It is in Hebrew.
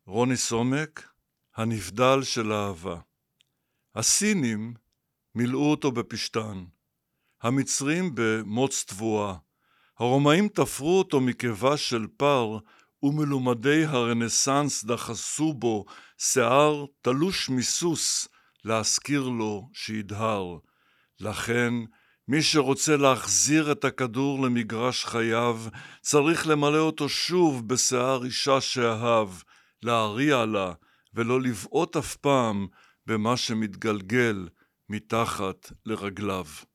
רוני סומק, הנבדל של האהבה. הסינים מילאו אותו בפשטן, המצרים במוץ תבואה, הרומאים תפרו אותו מקיבה של פר, ומלומדי הרנסנס דחסו בו שיער תלוש מסוס להזכיר לו שידהר. לכן מי שרוצה להחזיר את הכדור למגרש חייו צריך למלא אותו שוב בשיער אישה שאהב, להריע לה ולא לבעוט אף פעם במה שמתגלגל מתחת לרגליו.